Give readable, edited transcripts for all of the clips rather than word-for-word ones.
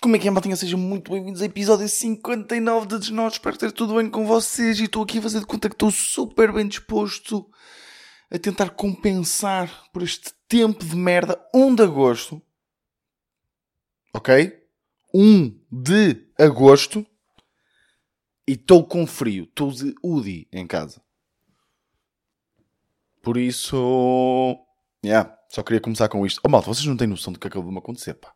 Como é que é, maltinha? Sejam muito bem-vindos a episódio 59 de Desnortes. Espero ter tudo bem com vocês e estou aqui a fazer de conta que estou super bem disposto a tentar compensar por este tempo de merda. 1 de agosto, ok? 1 de agosto e estou com frio. Estou de hoodie em casa. Por isso, só queria começar com isto. Oh malta, vocês não têm noção do que acabou de me acontecer, pá.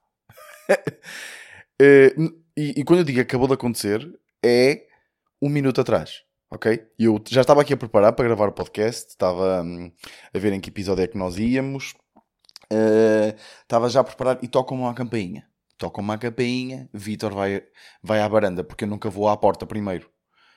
E quando eu digo acabou de acontecer, é 1 minuto atrás, ok? Eu já estava aqui a preparar para gravar o podcast, estava a ver em que episódio é que nós íamos, estava já a preparar e toca-me uma campainha. Toca-me uma campainha, Vítor vai à varanda, porque eu nunca vou à porta primeiro.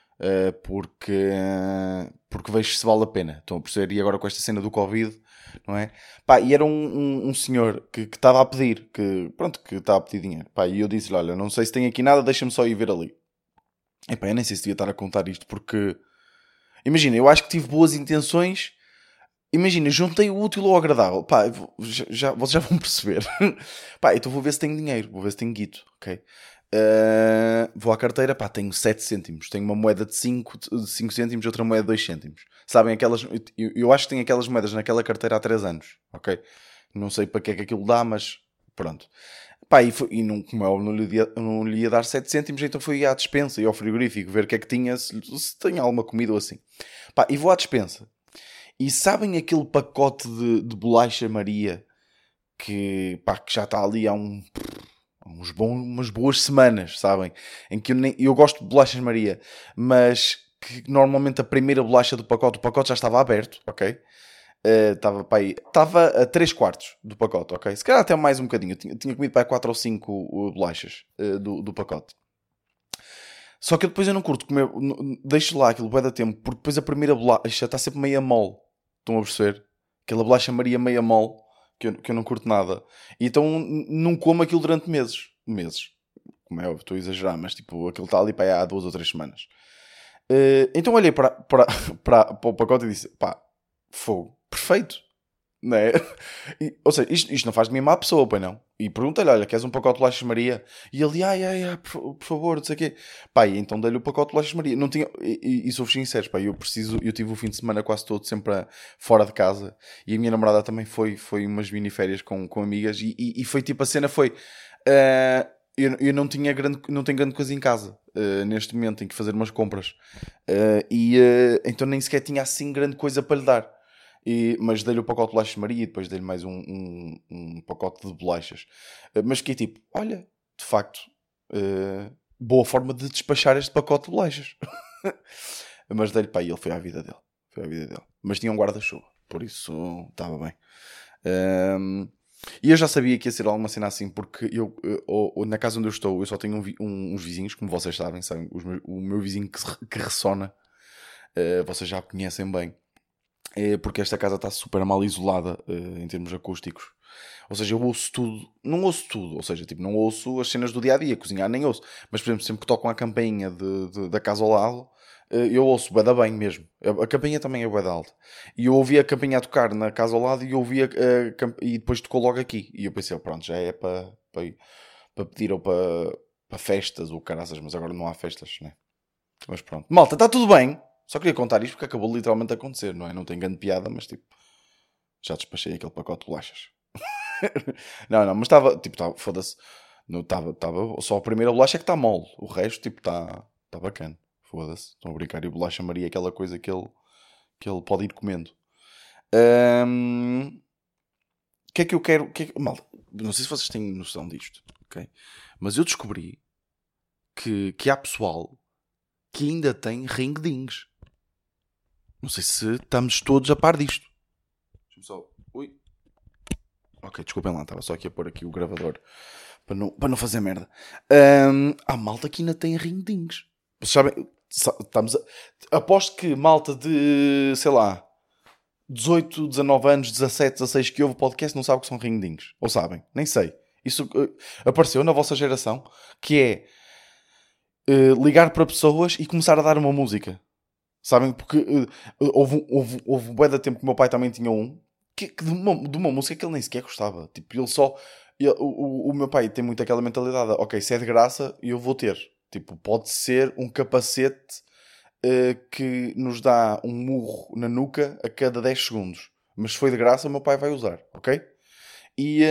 Porque vejo se vale a pena. Estão a perceber? E agora com esta cena do Covid, não é? Pá, e era um senhor que estava a pedir, que estava a pedir dinheiro. Pá, e eu disse-lhe, olha, não sei se tem aqui nada, deixa-me só ir ver ali. E pá, eu nem sei se devia estar a contar isto, porque... Imagina, eu acho que tive boas intenções. Imagina, juntei o útil ao agradável. Pá, vocês já vão perceber. Pá, então vou ver se tenho dinheiro, vou ver se tenho guito, ok? Vou à carteira, pá, tenho 7 cêntimos. Tenho uma moeda de 5 cêntimos, outra moeda de 2 cêntimos. Sabem, aquelas... Eu acho que tenho aquelas moedas naquela carteira há 3 anos, ok? Não sei para que é que aquilo dá, mas pronto. Pá, e não, como eu não lhe ia dar 7 cêntimos, então fui à despensa e ao frigorífico ver o que é que tinha, se tinha alguma comida ou assim. Pá, e vou à despensa. E sabem aquele pacote de bolacha Maria que já está ali há umas boas semanas, sabem? Em que eu gosto de bolachas Maria, mas que normalmente a primeira bolacha do pacote, o pacote já estava aberto, ok? Estava a 3/4 do pacote, ok? Se calhar até mais um bocadinho. Eu tinha comido para 4 ou 5 bolachas do pacote. Só que depois eu não curto comer, deixo lá aquilo bué da tempo, porque depois a primeira bolacha está sempre meia mole. Estão a perceber? Aquela bolacha Maria meia mole, que eu não curto nada. E então não como aquilo durante meses. Como é óbvio, estou a exagerar, mas tipo, aquilo está ali para há 2 ou 3 semanas. Então olhei para o pacote e disse, pá, fogo, perfeito. Não é? Ou seja, isto não faz de mim má pessoa, pois não? E pergunta-lhe, olha, queres um pacote de bolachas Maria? E ele, por favor, não sei o quê. Pá, e então dei-lhe o pacote de bolachas Maria. Não tinha, e sou-vos sincero, pá, eu tive o fim de semana quase todo sempre fora de casa. E a minha namorada também foi umas mini-férias com amigas. E foi tipo, a cena foi... eu não tenho grande coisa em casa neste momento, tenho que fazer umas compras. Então nem sequer tinha assim grande coisa para lhe dar. Mas dei-lhe o pacote de bolachas Maria e depois dei-lhe mais um pacote de bolachas. Mas fiquei tipo, olha, de facto, boa forma de despachar este pacote de bolachas. Mas dei-lhe, pá, e ele foi à vida dele. Mas tinha um guarda-chuva, por isso estava bem. E eu já sabia que ia ser alguma cena assim, porque na casa onde eu estou, eu só tenho uns vizinhos, como vocês sabem o meu vizinho que ressona, vocês já conhecem bem. Porque esta casa está super mal isolada em termos acústicos. Ou seja, eu ouço tudo. Não ouço tudo. Ou seja, tipo, não ouço as cenas do dia-a-dia. Cozinhar nem ouço. Mas, por exemplo, sempre que tocam a campainha da casa ao lado, eu ouço bué da bem mesmo. A campainha também é bué da alta. E eu ouvi a campainha a tocar na casa ao lado e e depois tocou logo aqui. E eu pensei, pronto, já é para pedir ou para festas ou caraças. Mas agora não há festas, né? Mas pronto. Malta, está tudo bem. Só queria contar isto porque acabou literalmente de acontecer, não é? Não tem grande piada, mas tipo... Já despachei aquele pacote de bolachas. não, mas estava... Tipo, foda-se. Estava só a primeira bolacha é que está mole. O resto, tipo, está bacana. Foda-se. Estão a brincar. E a bolacha Maria é aquela coisa que ele pode ir comendo. O que é que eu quero... Malta, não sei se vocês têm noção disto, ok? Mas eu descobri que há pessoal que ainda tem ring-dings. Não sei se estamos todos a par disto. Deixa-me só... Ui. Ok, desculpem lá. Estava só aqui a pôr aqui o gravador. Para não fazer merda. Há malta que ainda tem ring-dings. Vocês sabem... Aposto que malta de... Sei lá... 18, 19 anos, 17, 16 que ouve o podcast não sabe o que são ring-dings. Ou sabem? Nem sei. Isso apareceu na vossa geração. Que é... ligar para pessoas e começar a dar uma música. Sabem? Porque houve bué de tempo que o meu pai também tinha de uma música que ele nem sequer gostava. Tipo, ele só... o meu pai tem muito aquela mentalidade, ok, se é de graça, eu vou ter. Tipo, pode ser um capacete que nos dá um murro na nuca a cada 10 segundos. Mas se foi de graça, o meu pai vai usar, ok? E,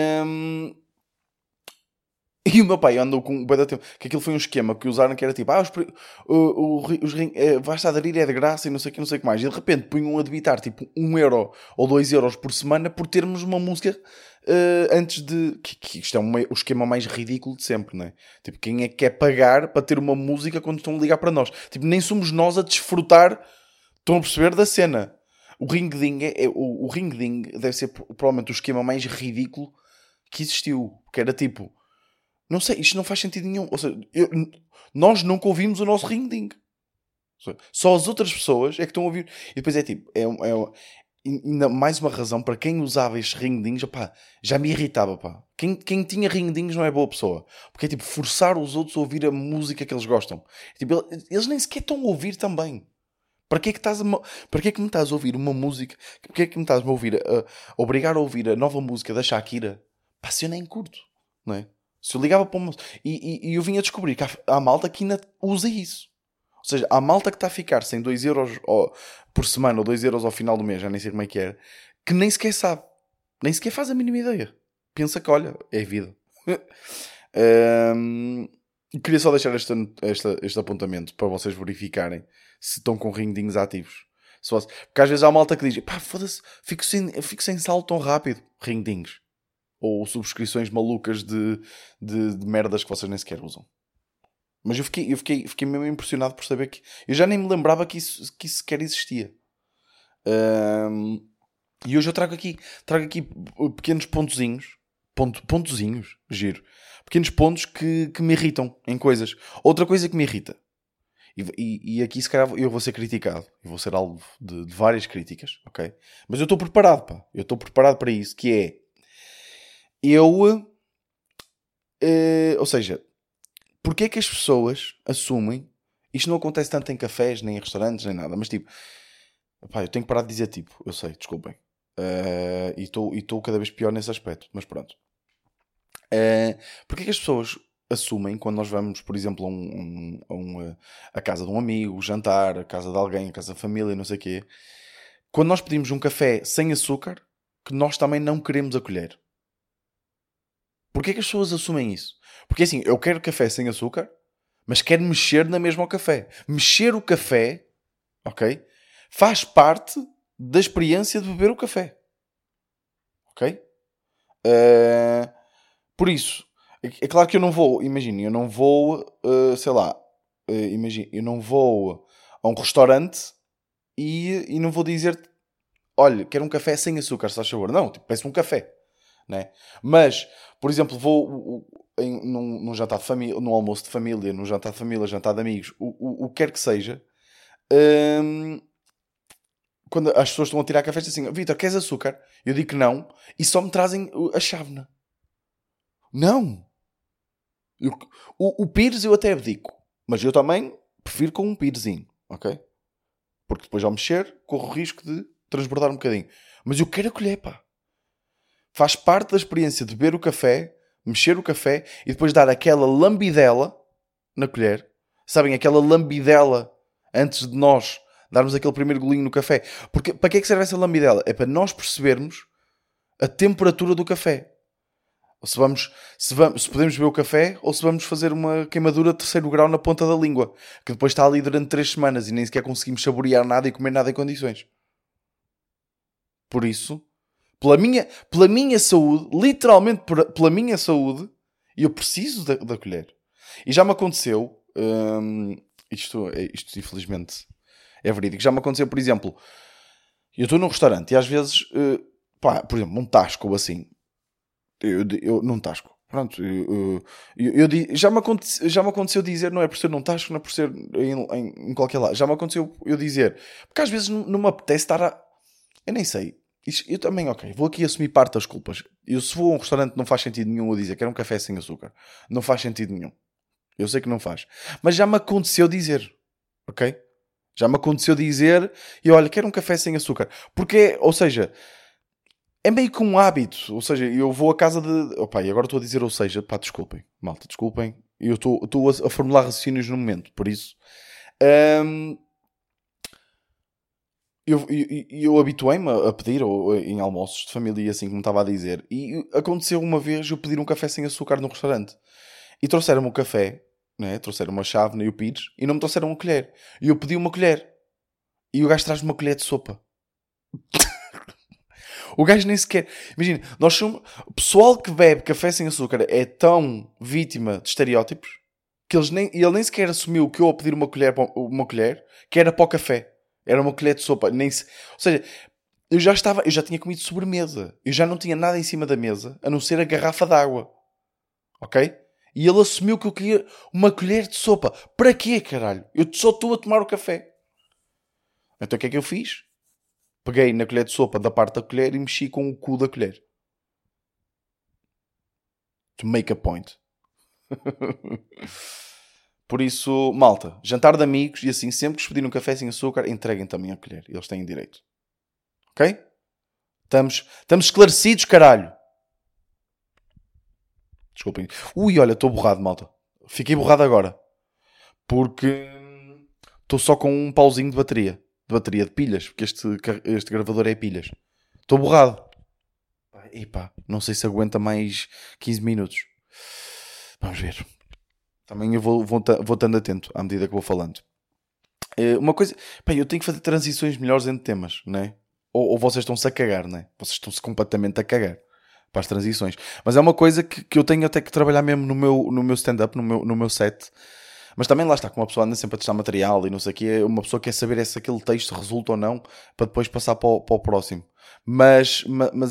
e o meu pai andou com um bué de tempo, que aquilo foi um esquema que usaram que era tipo, vais-te a aderir é de graça e não sei o que mais. E de repente punham a debitar tipo 1 euro ou 2 euros por semana por termos uma música antes de... Que isto é o esquema mais ridículo de sempre, não é? Tipo, quem é que quer pagar para ter uma música quando estão a ligar para nós? Tipo, nem somos nós a desfrutar, estão a perceber, da cena. O ring-ding o ring-ding deve ser provavelmente o esquema mais ridículo que existiu. Que era tipo... Não sei, isto não faz sentido nenhum. Ou seja, nós nunca ouvimos o nosso ring-ding. Só as outras pessoas é que estão a ouvir. E depois é tipo, ainda mais uma razão para quem usava estes ring-dings, já me irritava, pá. Quem tinha ring-dings não é boa pessoa. Porque é tipo, forçar os outros a ouvir a música que eles gostam. Tipo, eles nem sequer estão a ouvir também. Para que é que me estás a ouvir uma música? Para que é que me estás a ouvir, a obrigar a ouvir a nova música da Shakira? Pá, se eu nem curto, não é? Se eu ligava para uma... E eu vinha a descobrir que há malta que ainda usa isso. Ou seja, há malta que está a ficar sem 2 euros por semana ou 2 euros ao final do mês, já nem sei como é que é, que nem sequer sabe. Nem sequer faz a mínima ideia. Pensa que, olha, é vida. Queria só deixar este apontamento para vocês verificarem se estão com ring-dings ativos. Porque às vezes há malta que diz, pá, foda-se, fico sem salto tão rápido. Ring-dings. Ou subscrições malucas de merdas que vocês nem sequer usam. Mas eu fiquei mesmo impressionado por saber que... Eu já nem me lembrava que isso sequer existia. E hoje eu trago aqui pequenos pontozinhos. Pontozinhos, giro. Pequenos pontos que me irritam em coisas. Outra coisa que me irrita. E aqui se calhar eu vou ser criticado. Eu vou ser alvo de várias críticas, ok? Mas eu estou preparado, pá. Eu estou preparado para isso, que é... ou seja, porque é que as pessoas assumem, isto não acontece tanto em cafés, nem em restaurantes, nem nada, mas tipo, pá, eu tenho que parar de dizer tipo, eu sei, desculpem, e estou cada vez pior nesse aspecto, mas pronto. Porque é que as pessoas assumem, quando nós vamos, por exemplo, a casa de um amigo, jantar, a casa de alguém, a casa da família, não sei o quê, quando nós pedimos um café sem açúcar, que nós também não queremos acolher? Porquê que as pessoas assumem isso? Porque assim, eu quero café sem açúcar, mas quero mexer na mesma ao café. Mexer o café, ok? Faz parte da experiência de beber o café. Ok? Por isso, é claro que eu não vou, imagine, eu não vou, sei lá, imagine, eu não vou a um restaurante e não vou dizer, olha, quero um café sem açúcar, se faz favor. Não, tipo, peço um café. Né? Mas, por exemplo, vou num jantar de família, num almoço de família, num jantar de família, jantar de amigos, o que quer que seja, quando as pessoas estão a tirar café, assim, Vitor, queres açúcar? Eu digo que não, e só me trazem a chávena. Não! O pires eu até abdico, mas eu também prefiro com um pirezinho, ok? Porque depois ao mexer, corro o risco de transbordar um bocadinho. Mas eu quero a colher, pá. Faz parte da experiência de beber o café, mexer o café e depois dar aquela lambidela na colher. Sabem, aquela lambidela antes de nós darmos aquele primeiro golinho no café. Porque para que é que serve essa lambidela? É para nós percebermos a temperatura do café. Se podemos beber o café ou se vamos fazer uma queimadura de 3º grau na ponta da língua, que depois está ali durante 3 semanas e nem sequer conseguimos saborear nada e comer nada em condições. Por isso, pela minha saúde, literalmente pela minha saúde, eu preciso da colher. E já me aconteceu, isto infelizmente é verídico, já me aconteceu, por exemplo, eu estou num restaurante e às vezes, por exemplo, um tasco ou assim, eu num tasco, pronto, já me aconteceu dizer, não é por ser num tasco, não é por ser em qualquer lado, já me aconteceu eu dizer, porque às vezes não me apetece estar eu nem sei. Eu também, ok, vou aqui assumir parte das culpas. Se vou a um restaurante não faz sentido nenhum eu dizer que era um café sem açúcar. Não faz sentido nenhum. Eu sei que não faz. Mas já me aconteceu dizer. Ok? Já me aconteceu dizer e olha, quero um café sem açúcar. Porque, ou seja, é meio que um hábito. Ou seja, eu vou à casa de... Opa, e agora estou a dizer ou seja, pá, desculpem. Malta, desculpem. Eu estou a formular raciocínios no momento, por isso. Hum, eu habituei-me a pedir em almoços de família, assim como estava a dizer. E aconteceu uma vez eu pedir um café sem açúcar no restaurante. E trouxeram-me o café, né? Trouxeram uma chávena e o pires, e não me trouxeram uma colher. E eu pedi uma colher. E o gajo traz-me uma colher de sopa. O gajo nem sequer... Imagina, nós somos... O pessoal que bebe café sem açúcar é tão vítima de estereótipos que ele nem sequer assumiu que eu a pedir uma colher que era para o café. Era uma colher de sopa. Ou seja, eu já tinha comido sobremesa. Eu já não tinha nada em cima da mesa, a não ser a garrafa d'água. Ok? E ele assumiu que eu queria uma colher de sopa. Para quê, caralho? Eu só estou a tomar o café. Então o que é que eu fiz? Peguei na colher de sopa da parte da colher e mexi com o cu da colher. To make a point. Por isso, malta, jantar de amigos e assim, sempre que vos pedirem um café sem açúcar, entreguem também a colher. Eles têm direito. Ok? Estamos esclarecidos, caralho. Desculpem. Ui, olha, estou borrado, malta. Fiquei borrado agora. Porque estou só com um pauzinho de bateria. De bateria de pilhas. Porque este gravador é pilhas. Estou borrado. Epá, não sei se aguenta mais 15 minutos. Vamos ver. Também eu vou estando atento à medida que vou falando. Uma coisa... Pá, eu tenho que fazer transições melhores entre temas, não é? Ou vocês estão-se a cagar, não é? Vocês estão-se completamente a cagar para as transições. Mas é uma coisa que eu tenho até que trabalhar mesmo no meu stand-up, no meu set. Mas também lá está, como uma pessoa anda sempre a testar material e não sei o quê, uma pessoa quer saber se aquele texto resulta ou não para depois passar para o próximo. Mas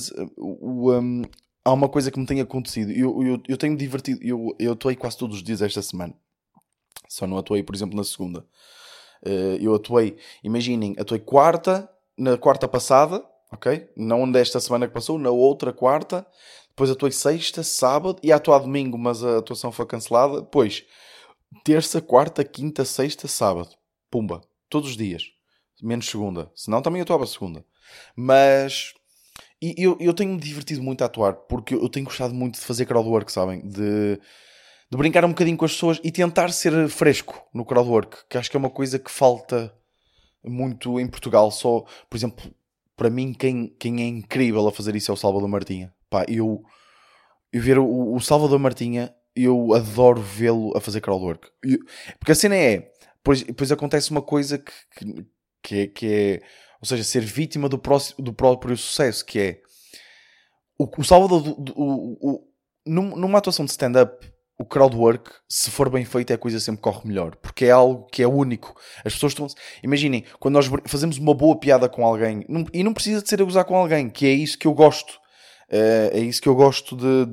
há uma coisa que me tem acontecido. Eu tenho divertido. Eu atuei quase todos os dias esta semana. Só não atuei, por exemplo, na segunda. Eu atuei, imaginem, atuei na quarta passada, ok? Não desta semana que passou, na outra quarta. Depois atuei sexta, sábado, ia atuar domingo, mas a atuação foi cancelada. Depois, terça, quarta, quinta, sexta, sábado. Pumba. Todos os dias. Menos segunda. Senão também atuava segunda. Mas... E eu tenho-me divertido muito a atuar, porque eu tenho gostado muito de fazer crowdwork, sabem? De brincar um bocadinho com as pessoas e tentar ser fresco no crowdwork, que acho que é uma coisa que falta muito em Portugal. Só, por exemplo, para mim, quem é incrível a fazer isso é o Salvador Martinha. Pá, eu ver o Salvador Martinha, eu adoro vê-lo a fazer crowdwork. Porque a cena é, pois acontece uma coisa que é, ou seja, ser vítima do próprio sucesso, que é o Salvador, numa atuação de stand-up, o crowdwork, se for bem feito, é a coisa sempre corre melhor. Porque é algo que é único. As pessoas estão... Imaginem, quando nós fazemos uma boa piada com alguém, e não precisa de ser a gozar com alguém, que é isso que eu gosto. É isso que eu gosto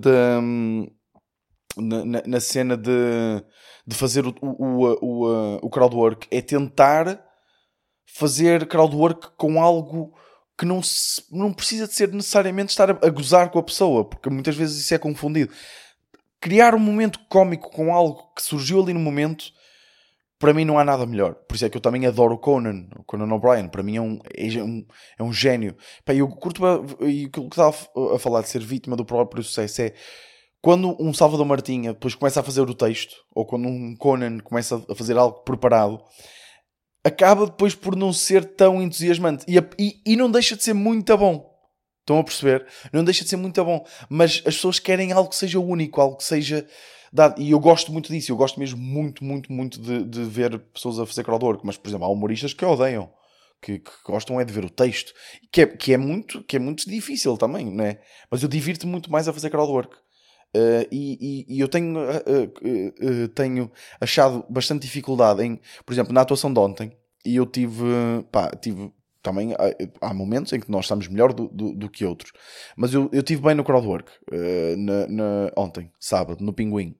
na cena de fazer o crowdwork. É tentar fazer crowdwork com algo que não precisa de ser necessariamente estar a gozar com a pessoa, porque muitas vezes isso é confundido. Criar um momento cómico com algo que surgiu ali no momento, para mim não há nada melhor. Por isso é que eu também adoro o Conan O'Brien. Para mim é um gênio. Pá, eu curto, e o que estava a falar de ser vítima do próprio sucesso é quando um Salvador Martinha depois começa a fazer o texto, ou quando um Conan começa a fazer algo preparado, acaba depois por não ser tão entusiasmante. E não deixa de ser muito bom. Estão a perceber? Não deixa de ser muito bom. Mas as pessoas querem algo que seja único, algo que seja dado. E eu gosto muito disso. Eu gosto mesmo muito, muito, muito de ver pessoas a fazer crowdwork. Mas, por exemplo, há humoristas que odeiam. Que gostam é de ver o texto. Que é muito difícil também, não é? Mas eu divirto muito mais a fazer crowdwork. E eu tenho achado bastante dificuldade em... Por exemplo, na atuação de ontem, e eu tive também há momentos em que nós estamos melhor do que outros. Mas eu tive bem no crowdwork ontem, sábado, no Pinguim.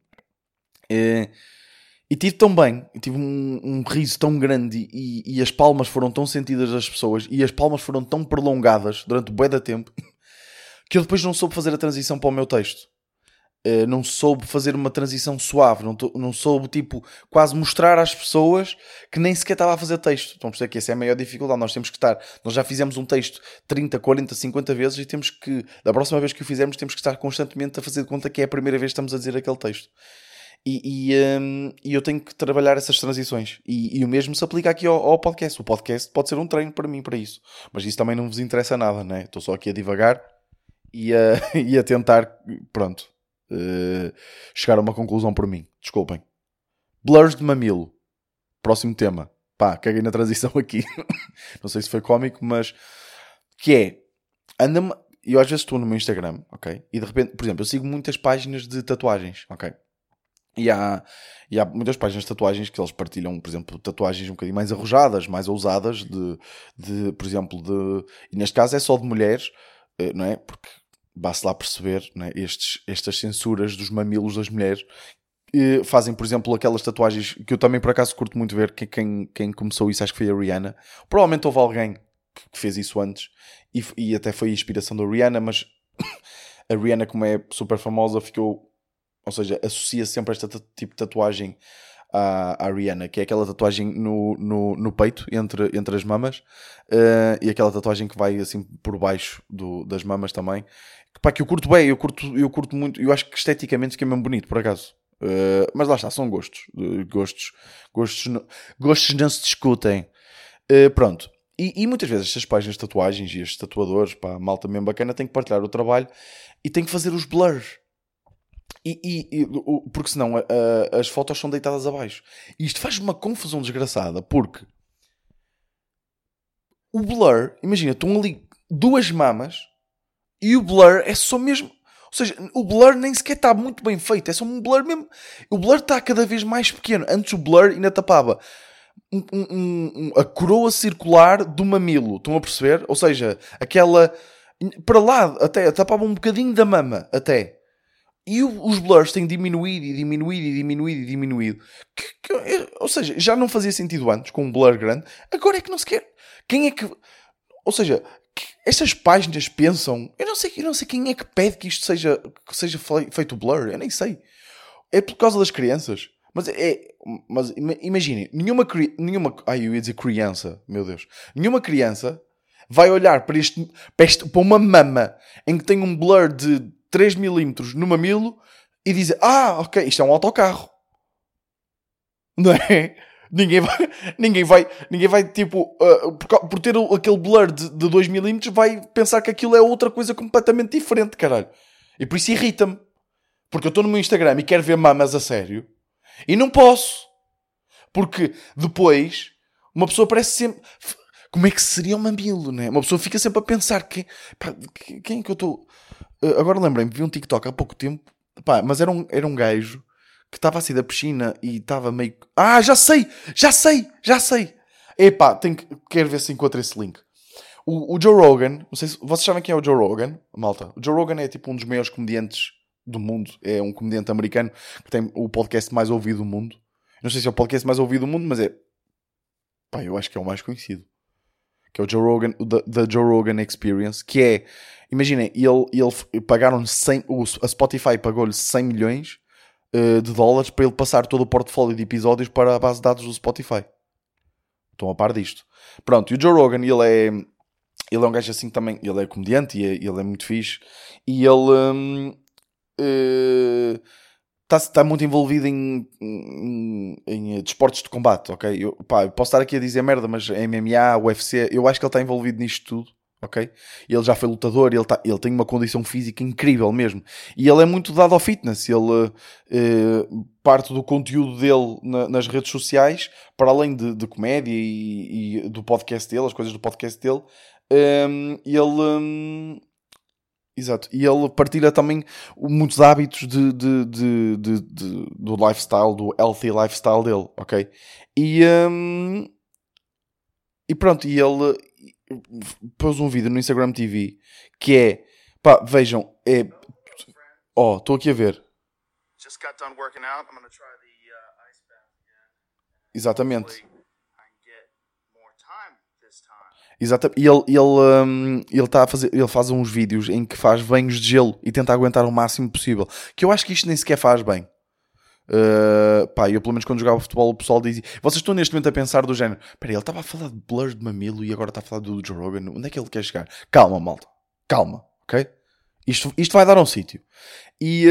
E tive tão bem, tive um riso tão grande e as palmas foram tão sentidas das pessoas e as palmas foram tão prolongadas durante bué da tempo que eu depois não soube fazer a transição para o meu texto. não soube fazer uma transição suave, não soube, tipo, quase mostrar às pessoas que nem sequer estava a fazer texto. Estão a perceber que essa é a maior dificuldade. Nós já fizemos um texto 30, 40, 50 vezes e temos que, da próxima vez que o fizermos, temos que estar constantemente a fazer de conta que é a primeira vez que estamos a dizer aquele texto. E eu tenho que trabalhar essas transições. E o mesmo se aplica aqui ao podcast. O podcast pode ser um treino para mim, para isso. Mas isso também não vos interessa nada, né? Estou só aqui a divagar e a tentar, pronto, chegar a uma conclusão por mim. Desculpem. Blurs de mamilo. Próximo tema. Pá, caguei na transição aqui. Não sei se foi cómico, mas... Que é... Eu às vezes estou no meu Instagram, ok? E de repente, por exemplo, eu sigo muitas páginas de tatuagens, ok? E há muitas páginas de tatuagens que eles partilham, por exemplo, tatuagens um bocadinho mais arrojadas, mais ousadas, por exemplo, e neste caso é só de mulheres, não é? Porque basta lá perceber, não é? Estas censuras dos mamilos das mulheres fazem, por exemplo, aquelas tatuagens que eu também por acaso curto muito ver, quem começou isso acho que foi a Rihanna. Provavelmente houve alguém que fez isso antes e até foi a inspiração da Rihanna, mas a Rihanna, como é super famosa, ficou... Ou seja, associa sempre esta tipo de tatuagem à Rihanna, que é aquela tatuagem no peito, entre as mamas, e aquela tatuagem que vai assim por baixo das mamas também. Pá, que eu curto bem, eu curto muito, eu acho que esteticamente fica mesmo bonito, por acaso. Mas lá está, são gostos. Gostos não se discutem. Pronto. E muitas vezes estas páginas de tatuagens e estes tatuadores, pá, malta mesmo bacana, têm que partilhar o trabalho e têm que fazer os blurs. Porque senão as fotos são deitadas abaixo. E isto faz uma confusão desgraçada, porque o blur, imagina, estão ali duas mamas e o blur é só mesmo... Ou seja, o blur nem sequer está muito bem feito, é só um blur mesmo. O blur está cada vez mais pequeno. Antes o blur ainda tapava a coroa circular do mamilo, estão a perceber? Ou seja, aquela... Para lá, até tapava um bocadinho da mama, até... E os blurs têm diminuído e diminuído e diminuído e diminuído. Ou seja, já não fazia sentido antes com um blur grande. Agora é que não se quer. Quem é que... Ou seja, estas páginas pensam... Eu não sei quem é que pede que isto seja feito blur. Eu nem sei. É por causa das crianças. Mas imaginem, eu ia dizer criança. Meu Deus. Nenhuma criança vai olhar para uma mama em que tem um blur de 3 milímetros no mamilo e dizer, ok, isto é um autocarro. Não é? Ninguém vai tipo, por ter aquele blur de 2 milímetros, vai pensar que aquilo é outra coisa completamente diferente, caralho. E por isso irrita-me. Porque eu estou no meu Instagram e quero ver mamas a sério e não posso. Porque depois uma pessoa parece sempre... Como é que seria um mamilo, né? Uma pessoa fica sempre a pensar quem é que eu estou... Agora lembrei-me, vi um TikTok há pouco tempo, pá, mas era um gajo que estava assim da piscina e estava meio... Já sei! Epá, quero ver se encontro esse link. O Joe Rogan, não sei se vocês sabem quem é o Joe Rogan, malta. O Joe Rogan é tipo um dos maiores comediantes do mundo, é um comediante americano que tem o podcast mais ouvido do mundo. Não sei se é o podcast mais ouvido do mundo, mas pá, eu acho que é o mais conhecido. Que é o Joe Rogan, The Joe Rogan Experience, que é, imaginem, ele pagaram 100, a Spotify pagou-lhe 100 milhões de dólares para ele passar todo o portfólio de episódios para a base de dados do Spotify. Estão a par disto. Pronto, e o Joe Rogan, ele é um gajo assim também, ele é comediante e ele é muito fixe, e ele está muito envolvido em desportos de combate, ok? Eu posso estar aqui a dizer merda, mas MMA, UFC, eu acho que ele está envolvido nisto tudo, ok? Ele já foi lutador, ele tem uma condição física incrível mesmo. E ele é muito dado ao fitness. Ele parte do conteúdo dele nas redes sociais, para além de comédia e do podcast dele, as coisas do podcast dele, exato. E ele partilha também muitos hábitos do lifestyle, do healthy lifestyle dele, ok? E pronto, e ele pôs um vídeo no Instagram TV que é, pá, vejam, estou aqui a ver. Exatamente. Exato. E ele tá a fazer, ele faz uns vídeos em que faz banhos de gelo e tenta aguentar o máximo possível. Que eu acho que isto nem sequer faz bem. Pá, eu pelo menos quando jogava futebol o pessoal dizia, vocês estão neste momento a pensar do género, espera, ele estava a falar de blur de mamilo e agora está a falar do Joe Rogan, onde é que ele quer chegar? Calma, malta, calma, ok? Isto vai dar a um sítio. E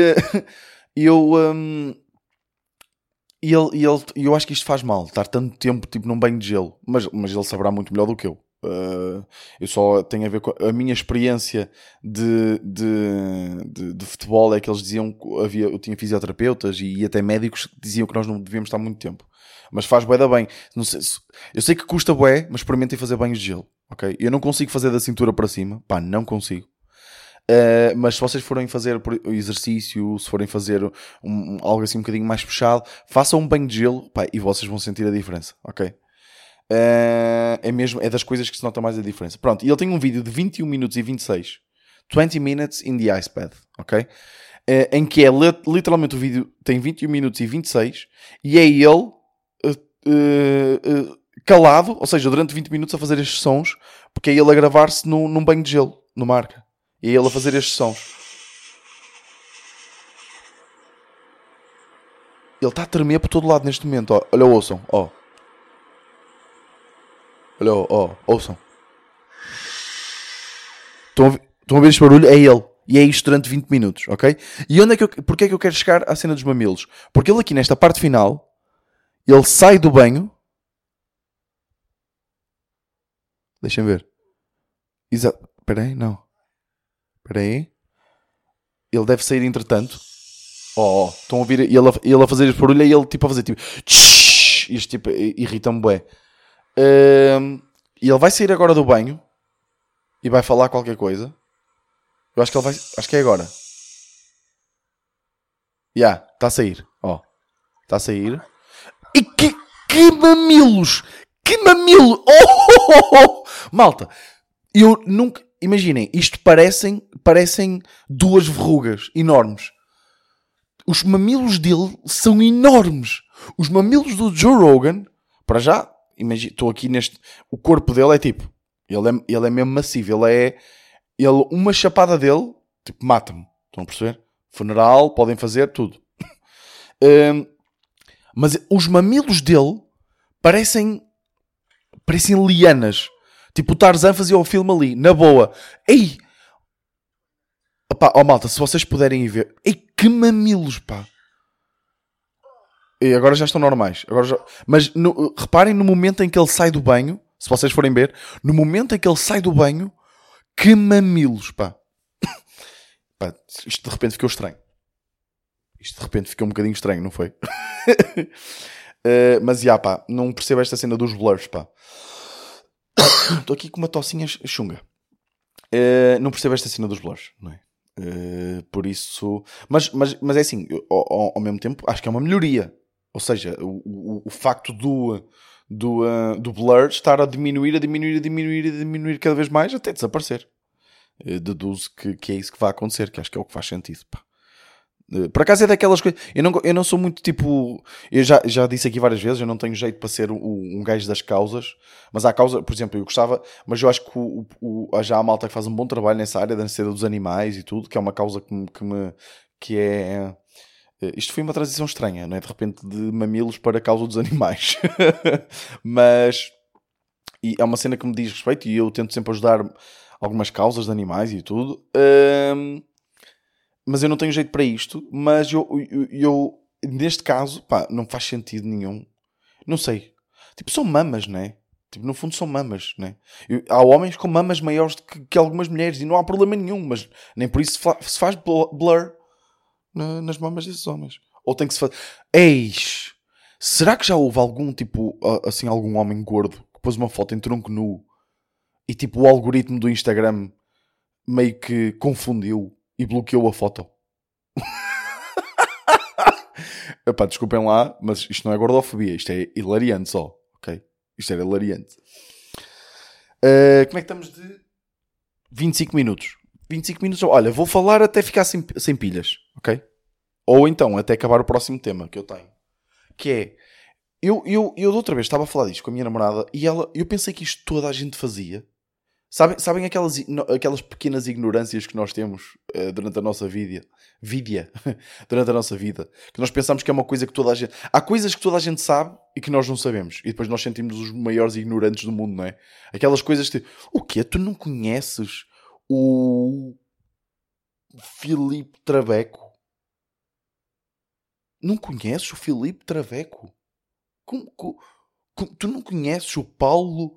eu acho que isto faz mal, estar tanto tempo tipo num banho de gelo, mas ele saberá muito melhor do que eu. Eu só tenho a ver com a minha experiência de futebol. É que eles diziam que eu tinha fisioterapeutas e até médicos que diziam que nós não devíamos estar muito tempo, mas faz bué da bem. Não sei, eu sei que custa bué, mas experimentem fazer banhos de gelo, ok? Eu não consigo fazer da cintura para cima, pá, não consigo. Mas se vocês forem fazer exercício, se forem fazer algo assim um bocadinho mais puxado, façam um banho de gelo, pá, e vocês vão sentir a diferença, ok? É mesmo, é das coisas que se nota mais a diferença. Pronto, e ele tem um vídeo de 21 minutos e 26, 20 minutes in the ice bath, ok? Em que é literalmente o vídeo tem 21 minutos e 26 e é ele calado, ou seja, durante 20 minutos a fazer estes sons, porque é ele a gravar-se num banho de gelo, numa arca. E é ele a fazer estes sons. Ele está a tremer por todo lado neste momento, ó. Olha, ouçam, ó. Olha, ó, ouçam. Estão a ver este barulho? É ele. E é isto durante 20 minutos, ok? E porque é que eu quero chegar à cena dos mamilos? Porque ele aqui nesta parte final, ele sai do banho. Deixem ver. Exato. Espera aí, não. Espera aí. Ele deve sair entretanto. Ó, estão a ouvir ele a fazer este barulho e ele tipo a fazer tipo... Isto tipo irrita-me bué. E ele vai sair agora do banho e vai falar qualquer coisa. Eu acho que ele vai... Acho que é agora. Está a sair. Ó. Está a sair. E que mamilos! Que mamilo! Oh! Malta, eu nunca... Imaginem, isto parecem duas verrugas enormes. Os mamilos dele são enormes. Os mamilos do Joe Rogan, para já, imagina, estou aqui neste... O corpo dele é tipo... Ele é mesmo massivo. Uma chapada dele, tipo, mata-me. Estão a perceber? Funeral, podem fazer, tudo. Mas os mamilos dele parecem lianas. Tipo, o Tarzan fazia o filme ali, na boa. Ei! Opá, malta, se vocês puderem ir ver... Ei, que mamilos, pá! E agora já estão normais. Mas reparem no momento em que ele sai do banho, se vocês forem ver, no momento em que ele sai do banho, que mamilos, pá! Pá, isto de repente ficou estranho. Isto de repente ficou um bocadinho estranho, não foi? Mas pá, não percebo esta cena dos blurs, pá. Estou aqui com uma tocinha chunga. Não percebo esta cena dos blurs, não é? Por isso... Mas é assim, ao mesmo tempo, acho que é uma melhoria. Ou seja, o facto do blur estar a diminuir cada vez mais até desaparecer. Deduzo que é isso que vai acontecer, que acho que é o que faz sentido, pá. Por acaso é daquelas coisas... Eu não sou muito tipo... Eu já disse aqui várias vezes, eu não tenho jeito para ser um gajo das causas, mas há causa, por exemplo, eu gostava, mas eu acho que já há malta que faz um bom trabalho nessa área da necessidade dos animais e tudo, que é uma causa que é... Isto foi uma transição estranha, não é? De repente de mamilos para a causa dos animais. Mas... E é uma cena que me diz respeito e eu tento sempre ajudar algumas causas de animais e tudo. Mas eu não tenho jeito para isto. Mas eu neste caso, pá, não faz sentido nenhum. Não sei. Tipo, são mamas, não é? Tipo, no fundo são mamas, não é? Há homens com mamas maiores que algumas mulheres e não há problema nenhum. Mas nem por isso se faz blur nas mamas desses homens. Ou tem que se fazer... Eis! Será que já houve algum tipo, assim, algum homem gordo que pôs uma foto em tronco nu e tipo o algoritmo do Instagram meio que confundiu e bloqueou a foto? Epá, desculpem lá, mas isto não é gordofobia, isto é hilariante só, ok? Isto era hilariante. Como é que estamos de 25 minutos? 25 minutos, olha, vou falar até ficar sem pilhas, ok? Ou então até acabar o próximo tema que eu tenho. Que é, eu da outra vez estava a falar disto com a minha namorada e eu pensei que isto toda a gente fazia. Sabem aquelas pequenas ignorâncias que nós temos durante a nossa vida? Durante a nossa vida. Que nós pensamos que é uma coisa que toda a gente... Há coisas que toda a gente sabe e que nós não sabemos. E depois nós sentimos os maiores ignorantes do mundo, não é? Aquelas coisas que... O quê? Tu não conheces o Filipe Traveco? Não conheces o Filipe Traveco? Tu não conheces o Paulo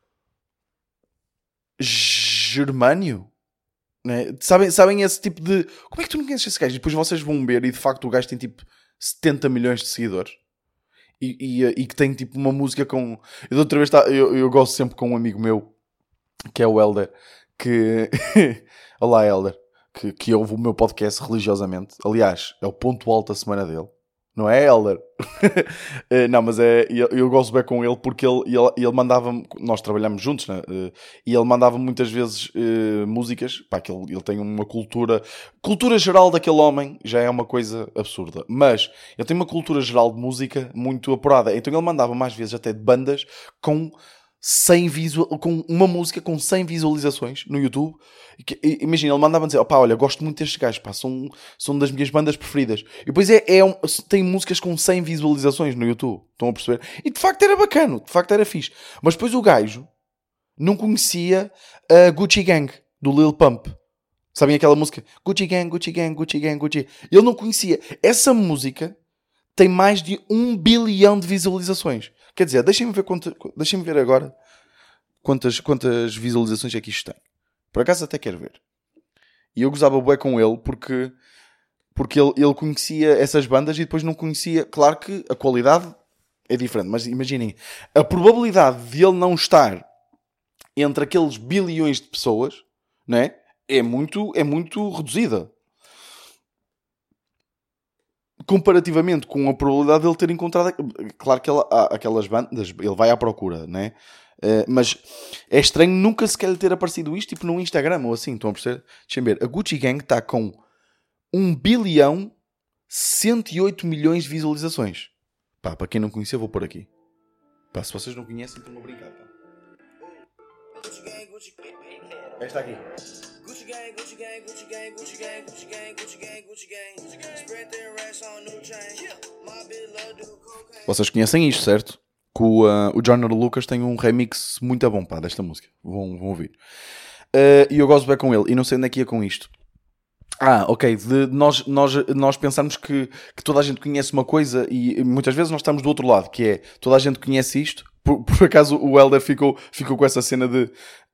Germânio? Né? Sabem esse tipo de... Como é que tu não conheces esse gajo? E depois vocês vão ver e de facto o gajo tem tipo 70 milhões de seguidores. E que tem tipo uma música com... Eu, outra vez, eu gosto sempre com um amigo meu, que é o Helder, que... Olá, Helder. Que ouve o meu podcast religiosamente. Aliás, é o ponto alto da semana dele. Não é, Helder? Não, mas eu gosto bem com ele porque ele mandava-me... Nós trabalhamos juntos, né? E ele mandava-me muitas vezes músicas. Pá, que ele tem uma cultura... Cultura geral daquele homem já é uma coisa absurda. Mas ele tem uma cultura geral de música muito apurada. Então ele mandava mais vezes até de bandas com uma música com 100 visualizações no YouTube. Imagina, ele mandava dizer: opá, olha, gosto muito destes gajos, pá, são das minhas bandas preferidas. E depois tem músicas com 100 visualizações no YouTube, estão a perceber? E de facto era bacana, de facto era fixe. Mas depois o gajo não conhecia a Gucci Gang, do Lil Pump. Sabem aquela música? Gucci Gang, Gucci Gang, Gucci Gang, Gucci. Ele não conhecia. Essa música tem mais de 1 bilhão de visualizações. Quer dizer, deixem-me ver agora quantas visualizações é que isto tem. Por acaso até quero ver. E eu gozava bué com ele porque ele conhecia essas bandas e depois não conhecia. Claro que a qualidade é diferente, mas imaginem, a probabilidade de ele não estar entre aqueles bilhões de pessoas, não é? É muito reduzida. Comparativamente com a probabilidade de ele ter encontrado... Claro que aquelas bandas, ele vai à procura, né? Mas é estranho nunca sequer lhe ter aparecido isto, tipo no Instagram ou assim, estão a perceber? Deixem ver, a Gucci Gang está com 1 bilhão 108 milhões de visualizações. Pá, para quem não conhecia, vou pôr aqui. Pá, se vocês não conhecem, estão a brincar, pá. Esta aqui. Gucci gang, Gucci gang, Gucci gang, Gucci gang, Gucci gang, Gucci gang, Gucci gang, Gucci gang. Spread their racks on new chain. My bitch love do cocaine. Vocês conhecem isto, certo? Que o Joyner Lucas tem um remix muito bom, pá, desta música. Vão ouvir. E eu gosto bem com ele. E não sei onde é que ia com isto. Ok. De nós pensamos que toda a gente conhece uma coisa e muitas vezes nós estamos do outro lado, que é toda a gente conhece isto. Por acaso o Helder ficou com essa cena de...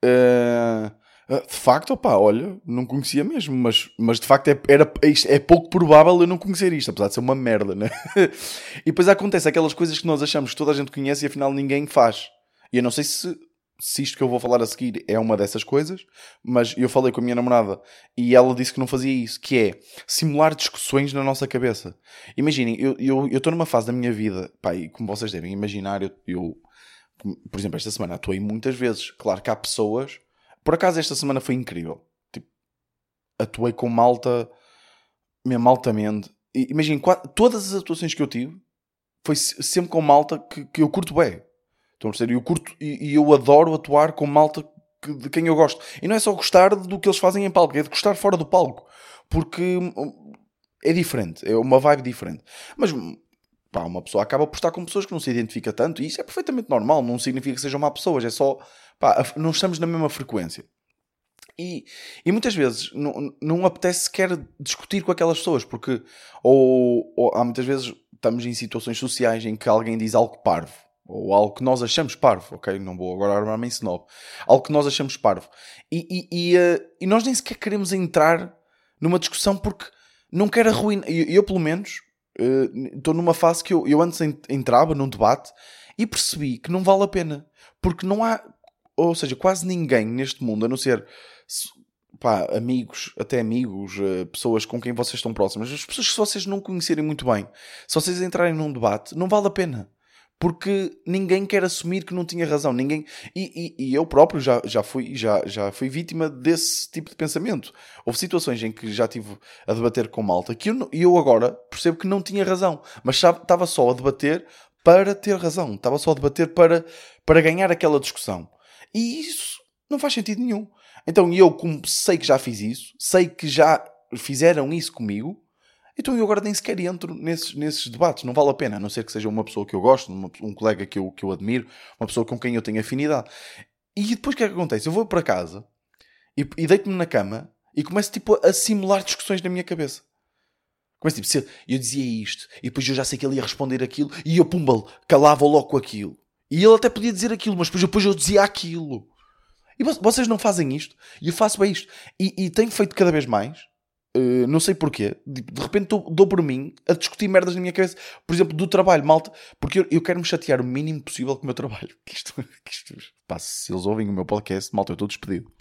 de facto, opá, olha, não conhecia mesmo, mas de facto é pouco provável eu não conhecer isto, apesar de ser uma merda, né? E depois acontece aquelas coisas que nós achamos que toda a gente conhece e afinal ninguém faz. E eu não sei se isto que eu vou falar a seguir é uma dessas coisas, mas eu falei com a minha namorada e ela disse que não fazia isso, que é simular discussões na nossa cabeça. Imaginem, eu estou numa fase da minha vida, pá, e como vocês devem imaginar, eu por exemplo, esta semana atuei muitas vezes. Claro que há pessoas... Por acaso esta semana foi incrível. Tipo, atuei com malta, mesmo altamente. Imaginem, todas as atuações que eu tive foi sempre com malta que eu curto bem. Estão a perceber? Eu curto e eu adoro atuar com malta de quem eu gosto. E não é só gostar do que eles fazem em palco, é de gostar fora do palco. Porque é diferente, é uma vibe diferente. Mas... pá, uma pessoa acaba por estar com pessoas que não se identifica tanto e isso é perfeitamente normal, não significa que sejam má pessoas, é só, pá, não estamos na mesma frequência. E muitas vezes não apetece sequer discutir com aquelas pessoas, porque ou há muitas vezes estamos em situações sociais em que alguém diz algo parvo, ou algo que nós achamos parvo, ok? Não vou agora armar-me em snob. Algo que nós achamos parvo. E nós nem sequer queremos entrar numa discussão porque não quero arruinar, eu pelo menos... estou numa fase que eu antes entrava num debate e percebi que não vale a pena, porque não há, ou seja, quase ninguém neste mundo, a não ser pá, amigos, até amigos, pessoas com quem vocês estão próximas, as pessoas que vocês não conhecerem muito bem, se vocês entrarem num debate, não vale a pena, porque ninguém quer assumir que não tinha razão, ninguém, e eu próprio já fui vítima desse tipo de pensamento. Houve situações em que já estive a debater com malta que eu agora percebo que não tinha razão, mas estava só a debater para ter razão, estava só a debater para ganhar aquela discussão. E isso Não faz sentido nenhum. Então eu, como sei que já fiz isso, sei que já fizeram isso comigo, então eu agora nem sequer entro nesses debates. Não vale a pena, a não ser que seja uma pessoa que eu gosto, um colega que eu admiro, uma pessoa com quem eu tenho afinidade. E depois o que é que acontece? Eu vou para casa e deito-me na cama e começo tipo a simular discussões na minha cabeça. Começo tipo, eu dizia isto e depois eu já sei que ele ia responder aquilo e eu, pumba, calava logo com aquilo. E ele até podia dizer aquilo, mas depois eu dizia aquilo. E vocês não fazem isto? E eu faço bem isto. E tenho feito cada vez mais. Não sei porquê. De repente dou por mim a discutir merdas na minha cabeça. Por exemplo, do trabalho, malta. Porque eu quero me chatear o mínimo possível com o meu trabalho. Pá, se eles ouvem o meu podcast, malta, eu estou despedido.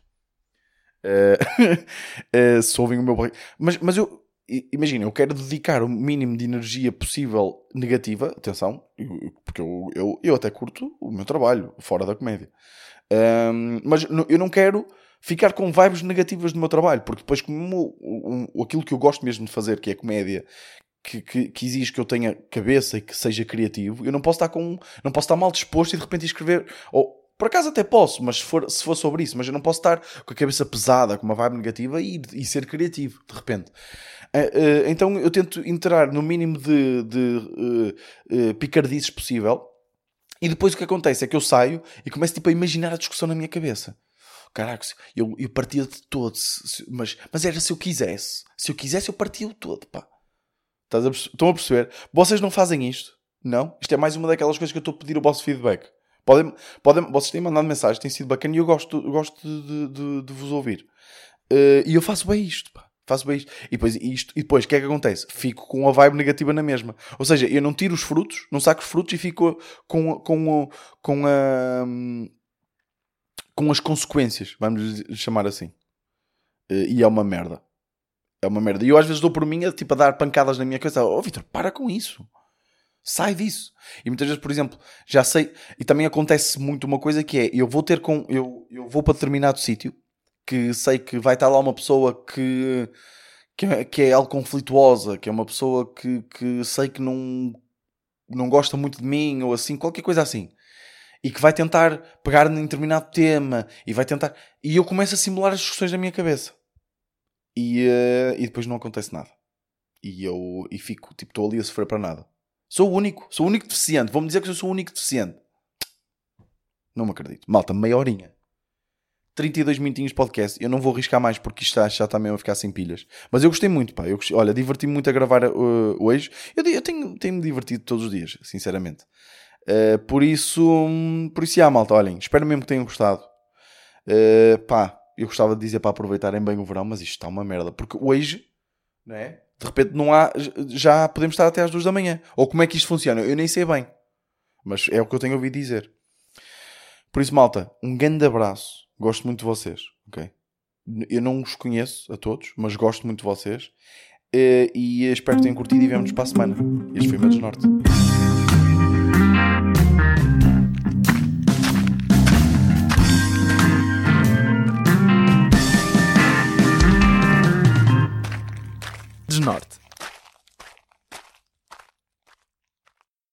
Se ouvem o meu podcast. Mas eu... Imagina, eu quero dedicar o mínimo de energia possível negativa. Atenção. Porque eu até curto o meu trabalho. Fora da comédia. Mas eu não quero ficar com vibes negativas do meu trabalho, porque depois como aquilo que eu gosto mesmo de fazer, que é comédia, que exige que eu tenha cabeça e que seja criativo, eu não posso estar mal disposto e de repente escrever, ou por acaso até posso, mas se for sobre isso, mas eu não posso estar com a cabeça pesada, com uma vibe negativa e ser criativo, de repente. Então eu tento entrar no mínimo de picardices possível. E depois o que acontece é que eu saio e começo tipo, a imaginar a discussão na minha cabeça. Caraca, eu partia de todo. Mas era se eu quisesse. Se eu quisesse, eu partia o todo, pá. Estão a perceber? Vocês não fazem isto? Não? Isto é mais uma daquelas coisas que eu estou a pedir o vosso feedback. Vocês têm mandado mensagem, tem sido bacana e eu gosto de vos ouvir. E eu faço bem isto, pá. Faço bem isto. E depois o que é que acontece? Fico com a vibe negativa na mesma. Ou seja, eu não tiro os frutos, não saco os frutos e fico com as consequências, vamos chamar assim. E é uma merda. É uma merda. E eu às vezes dou por mim a dar pancadas na minha cabeça. Oh, Vitor, para com isso. Sai disso. E muitas vezes, por exemplo, já sei... E também acontece muito uma coisa que é... Eu vou para determinado sítio que sei que vai estar lá uma pessoa que é algo conflituosa, que é uma pessoa que sei que não gosta muito de mim, ou assim, qualquer coisa assim. E que vai tentar pegar em determinado tema, e eu começo a simular as discussões na minha cabeça. E depois não acontece nada. E fico, tipo, estou ali a sofrer para nada. Sou o único deficiente. Vão-me dizer que eu sou o único deficiente. Não me acredito. Malta, meia horinha. 32 minutinhos de podcast. Eu não vou arriscar mais porque isto já está mesmo a ficar sem pilhas. Mas eu gostei muito, pá. Olha, diverti-me muito a gravar hoje. Eu tenho-me divertido todos os dias, sinceramente. Por isso, malta, olhem. Espero mesmo que tenham gostado. Pá, eu gostava de dizer para aproveitarem bem o verão, mas isto está uma merda. Porque hoje, não é? De repente não há... Já podemos estar até às 2 da manhã. Ou como é que isto funciona? Eu nem sei bem. Mas é o que eu tenho ouvido dizer. Por isso, malta, um grande abraço. Gosto muito de vocês, ok? Eu não os conheço a todos, mas gosto muito de vocês. E espero que tenham curtido e vemo-nos para a semana. Este foi o Medos Norte. Desnorte.